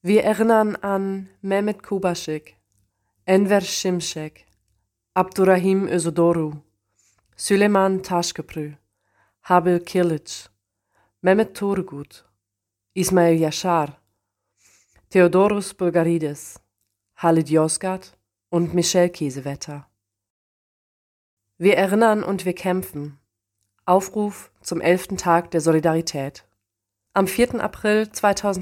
Wir erinnern an Mehmet Kubaschik, Enver Şimşek, Abdurrahim Özodoru, Süleyman Taşköprü, Habil Kilic, Mehmet Turgut, Ismail Yashar, Theodoros Bulgaridis, Halid Yozgat und Michel Kiesewetter. Wir erinnern und wir kämpfen. Aufruf zum 11. Tag der Solidarität. Am 4. April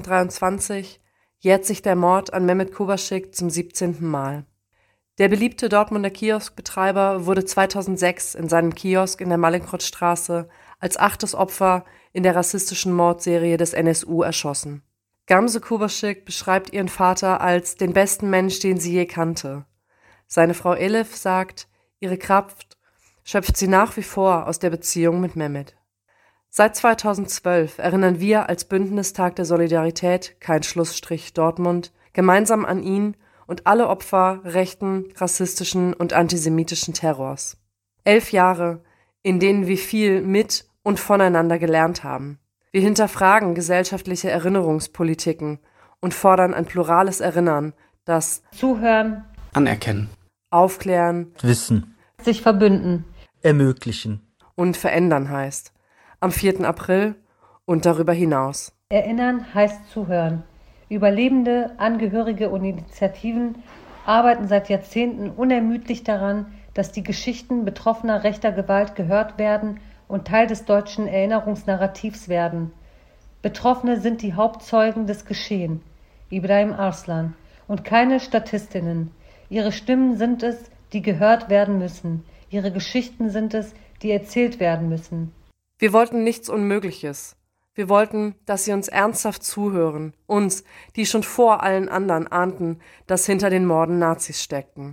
2023 jährt sich der Mord an Mehmet Kubaschik zum 17. Mal. Der beliebte Dortmunder Kioskbetreiber wurde 2006 in seinem Kiosk in der Mallinckrodtstraße als 8. Opfer in der rassistischen Mordserie des NSU erschossen. Gamze Kubaschik beschreibt ihren Vater als den besten Mensch, den sie je kannte. Seine Frau Elif sagt, ihre Kraft schöpft sie nach wie vor aus der Beziehung mit Mehmet. Seit 2012 erinnern wir als Bündnistag der Solidarität, kein Schlussstrich Dortmund, gemeinsam an ihn und alle Opfer rechten, rassistischen und antisemitischen Terrors. 11 Jahre, in denen wir viel mit und voneinander gelernt haben. Wir hinterfragen gesellschaftliche Erinnerungspolitiken und fordern ein plurales Erinnern, das Zuhören, Anerkennen, Aufklären, Wissen, sich verbünden, ermöglichen und verändern heißt. Am 4. April und darüber hinaus. Erinnern heißt zuhören. Überlebende, Angehörige und Initiativen arbeiten seit Jahrzehnten unermüdlich daran, dass die Geschichten betroffener rechter Gewalt gehört werden und Teil des deutschen Erinnerungsnarrativs werden. Betroffene sind die Hauptzeugen des Geschehen, Ibrahim Arslan, und keine Statistinnen. Ihre Stimmen sind es, die gehört werden müssen. Ihre Geschichten sind es, die erzählt werden müssen. Wir wollten nichts Unmögliches. Wir wollten, dass sie uns ernsthaft zuhören, uns, die schon vor allen anderen ahnten, dass hinter den Morden Nazis steckten.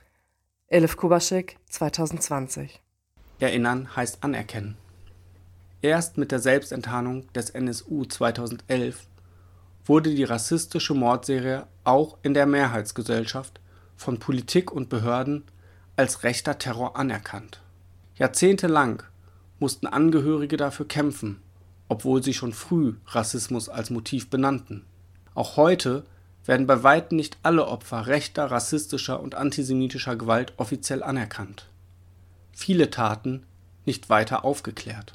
Elif Kubaschik, 2020. Erinnern heißt anerkennen. Erst mit der Selbstenttarnung des NSU 2011 wurde die rassistische Mordserie auch in der Mehrheitsgesellschaft von Politik und Behörden als rechter Terror anerkannt. Jahrzehntelang mussten Angehörige dafür kämpfen, obwohl sie schon früh Rassismus als Motiv benannten. Auch heute werden bei weitem nicht alle Opfer rechter, rassistischer und antisemitischer Gewalt offiziell anerkannt. Viele Taten nicht weiter aufgeklärt.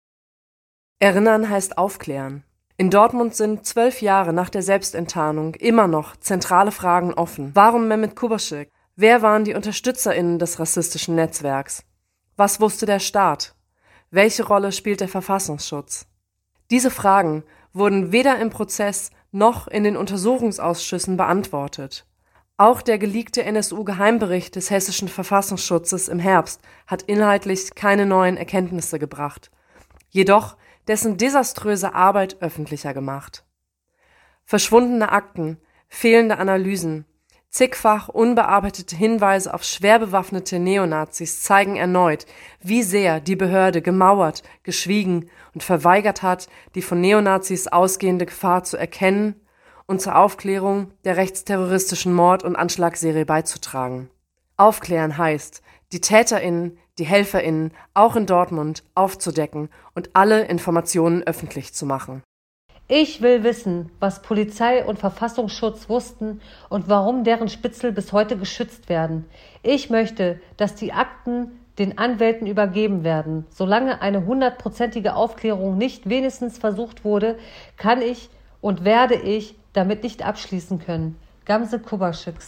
Erinnern heißt aufklären. In Dortmund sind 12 Jahre nach der Selbstenttarnung immer noch zentrale Fragen offen. Warum Mehmet Kubaschik? Wer waren die UnterstützerInnen des rassistischen Netzwerks? Was wusste der Staat? Welche Rolle spielt der Verfassungsschutz? Diese Fragen wurden weder im Prozess noch in den Untersuchungsausschüssen beantwortet. Auch der geleakte NSU-Geheimbericht des hessischen Verfassungsschutzes im Herbst hat inhaltlich keine neuen Erkenntnisse gebracht, jedoch dessen desaströse Arbeit öffentlicher gemacht. Verschwundene Akten, fehlende Analysen, zigfach unbearbeitete Hinweise auf schwer bewaffnete Neonazis zeigen erneut, wie sehr die Behörde gemauert, geschwiegen und verweigert hat, die von Neonazis ausgehende Gefahr zu erkennen und zur Aufklärung der rechtsterroristischen Mord- und Anschlagsserie beizutragen. Aufklären heißt, die TäterInnen, die HelferInnen, auch in Dortmund, aufzudecken und alle Informationen öffentlich zu machen. Ich will wissen, was Polizei und Verfassungsschutz wussten und warum deren Spitzel bis heute geschützt werden. Ich möchte, dass die Akten den Anwälten übergeben werden. Solange eine 100%ige Aufklärung nicht wenigstens versucht wurde, kann ich und werde ich damit nicht abschließen können. Gamze Kubaschik,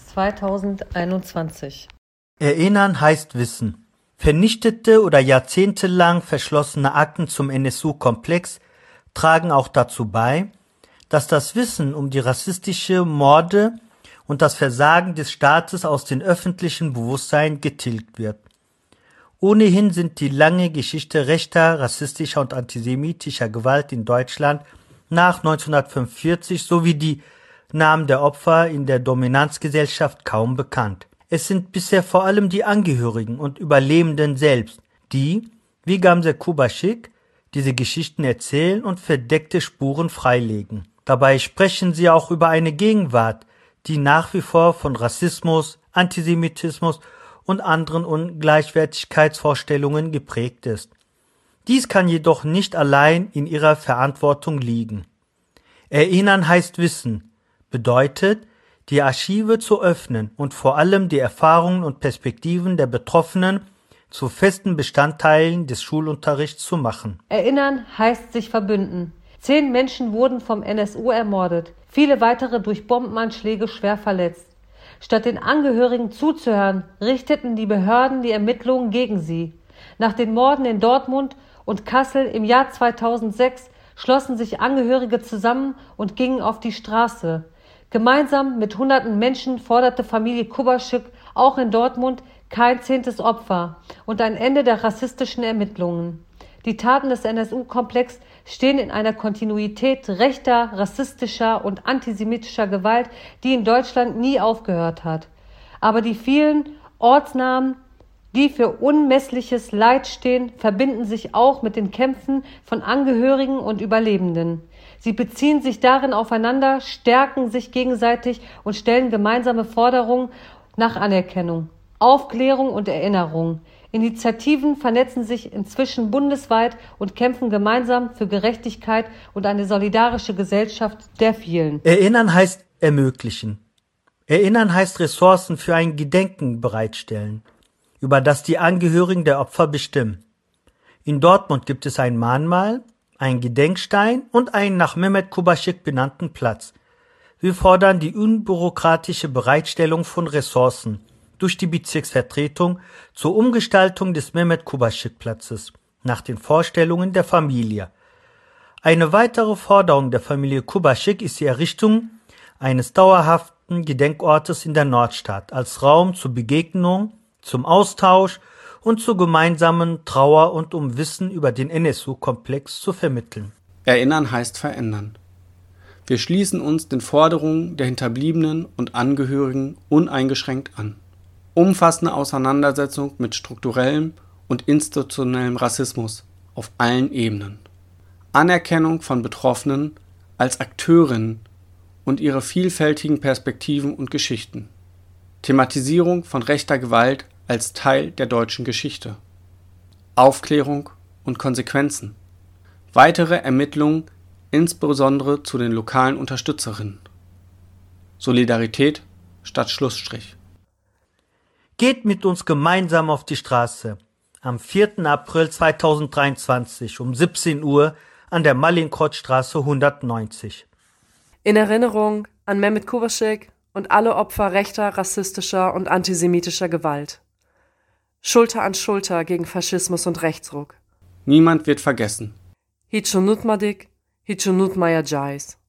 2021. Erinnern heißt Wissen. Vernichtete oder jahrzehntelang verschlossene Akten zum NSU-Komplex tragen auch dazu bei, dass das Wissen um die rassistische Morde und das Versagen des Staates aus dem öffentlichen Bewusstsein getilgt wird. Ohnehin sind die lange Geschichte rechter, rassistischer und antisemitischer Gewalt in Deutschland nach 1945 sowie die Namen der Opfer in der Dominanzgesellschaft kaum bekannt. Es sind bisher vor allem die Angehörigen und Überlebenden selbst, die, wie Gamze Kubaschik, diese Geschichten erzählen und verdeckte Spuren freilegen. Dabei sprechen sie auch über eine Gegenwart, die nach wie vor von Rassismus, Antisemitismus und anderen Ungleichwertigkeitsvorstellungen geprägt ist. Dies kann jedoch nicht allein in ihrer Verantwortung liegen. Erinnern heißt Wissen, bedeutet, die Archive zu öffnen und vor allem die Erfahrungen und Perspektiven der Betroffenen zu festen Bestandteilen des Schulunterrichts zu machen. Erinnern heißt sich verbünden. 10 Menschen wurden vom NSU ermordet, viele weitere durch Bombenanschläge schwer verletzt. Statt den Angehörigen zuzuhören, richteten die Behörden die Ermittlungen gegen sie. Nach den Morden in Dortmund und Kassel im Jahr 2006 schlossen sich Angehörige zusammen und gingen auf die Straße. Gemeinsam mit hunderten Menschen forderte Familie Kubaschik auch in Dortmund kein 10. Opfer und ein Ende der rassistischen Ermittlungen. Die Taten des NSU-Komplex stehen in einer Kontinuität rechter, rassistischer und antisemitischer Gewalt, die in Deutschland nie aufgehört hat. Aber die vielen Ortsnamen, die für unmessliches Leid stehen, verbinden sich auch mit den Kämpfen von Angehörigen und Überlebenden. Sie beziehen sich darin aufeinander, stärken sich gegenseitig und stellen gemeinsame Forderungen nach Anerkennung, Aufklärung und Erinnerung. Initiativen vernetzen sich inzwischen bundesweit und kämpfen gemeinsam für Gerechtigkeit und eine solidarische Gesellschaft der vielen. Erinnern heißt ermöglichen. Erinnern heißt Ressourcen für ein Gedenken bereitstellen, über das die Angehörigen der Opfer bestimmen. In Dortmund gibt es ein Mahnmal, einen Gedenkstein und einen nach Mehmet Kubaschik benannten Platz. Wir fordern die unbürokratische Bereitstellung von Ressourcen durch die Bezirksvertretung zur Umgestaltung des Mehmet Kubaschik Platzes nach den Vorstellungen der Familie. Eine weitere Forderung der Familie Kubaschik ist die Errichtung eines dauerhaften Gedenkortes in der Nordstadt als Raum zur Begegnung, zum Austausch und zur gemeinsamen Trauer und um Wissen über den NSU-Komplex zu vermitteln. Erinnern heißt verändern. Wir schließen uns den Forderungen der Hinterbliebenen und Angehörigen uneingeschränkt an. Umfassende Auseinandersetzung mit strukturellem und institutionellem Rassismus auf allen Ebenen. Anerkennung von Betroffenen als Akteurinnen und ihre vielfältigen Perspektiven und Geschichten. Thematisierung von rechter Gewalt als Teil der deutschen Geschichte. Aufklärung und Konsequenzen. Weitere Ermittlungen, insbesondere zu den lokalen Unterstützerinnen. Solidarität statt Schlussstrich. Geht mit uns gemeinsam auf die Straße. Am 4. April 2023 um 17 Uhr an der Mallinckrodtstraße 190. In Erinnerung an Mehmet Kubaschik und alle Opfer rechter, rassistischer und antisemitischer Gewalt. Schulter an Schulter gegen Faschismus und Rechtsruck. Niemand wird vergessen. Hiç unutmadık, hiç unutmayacağız.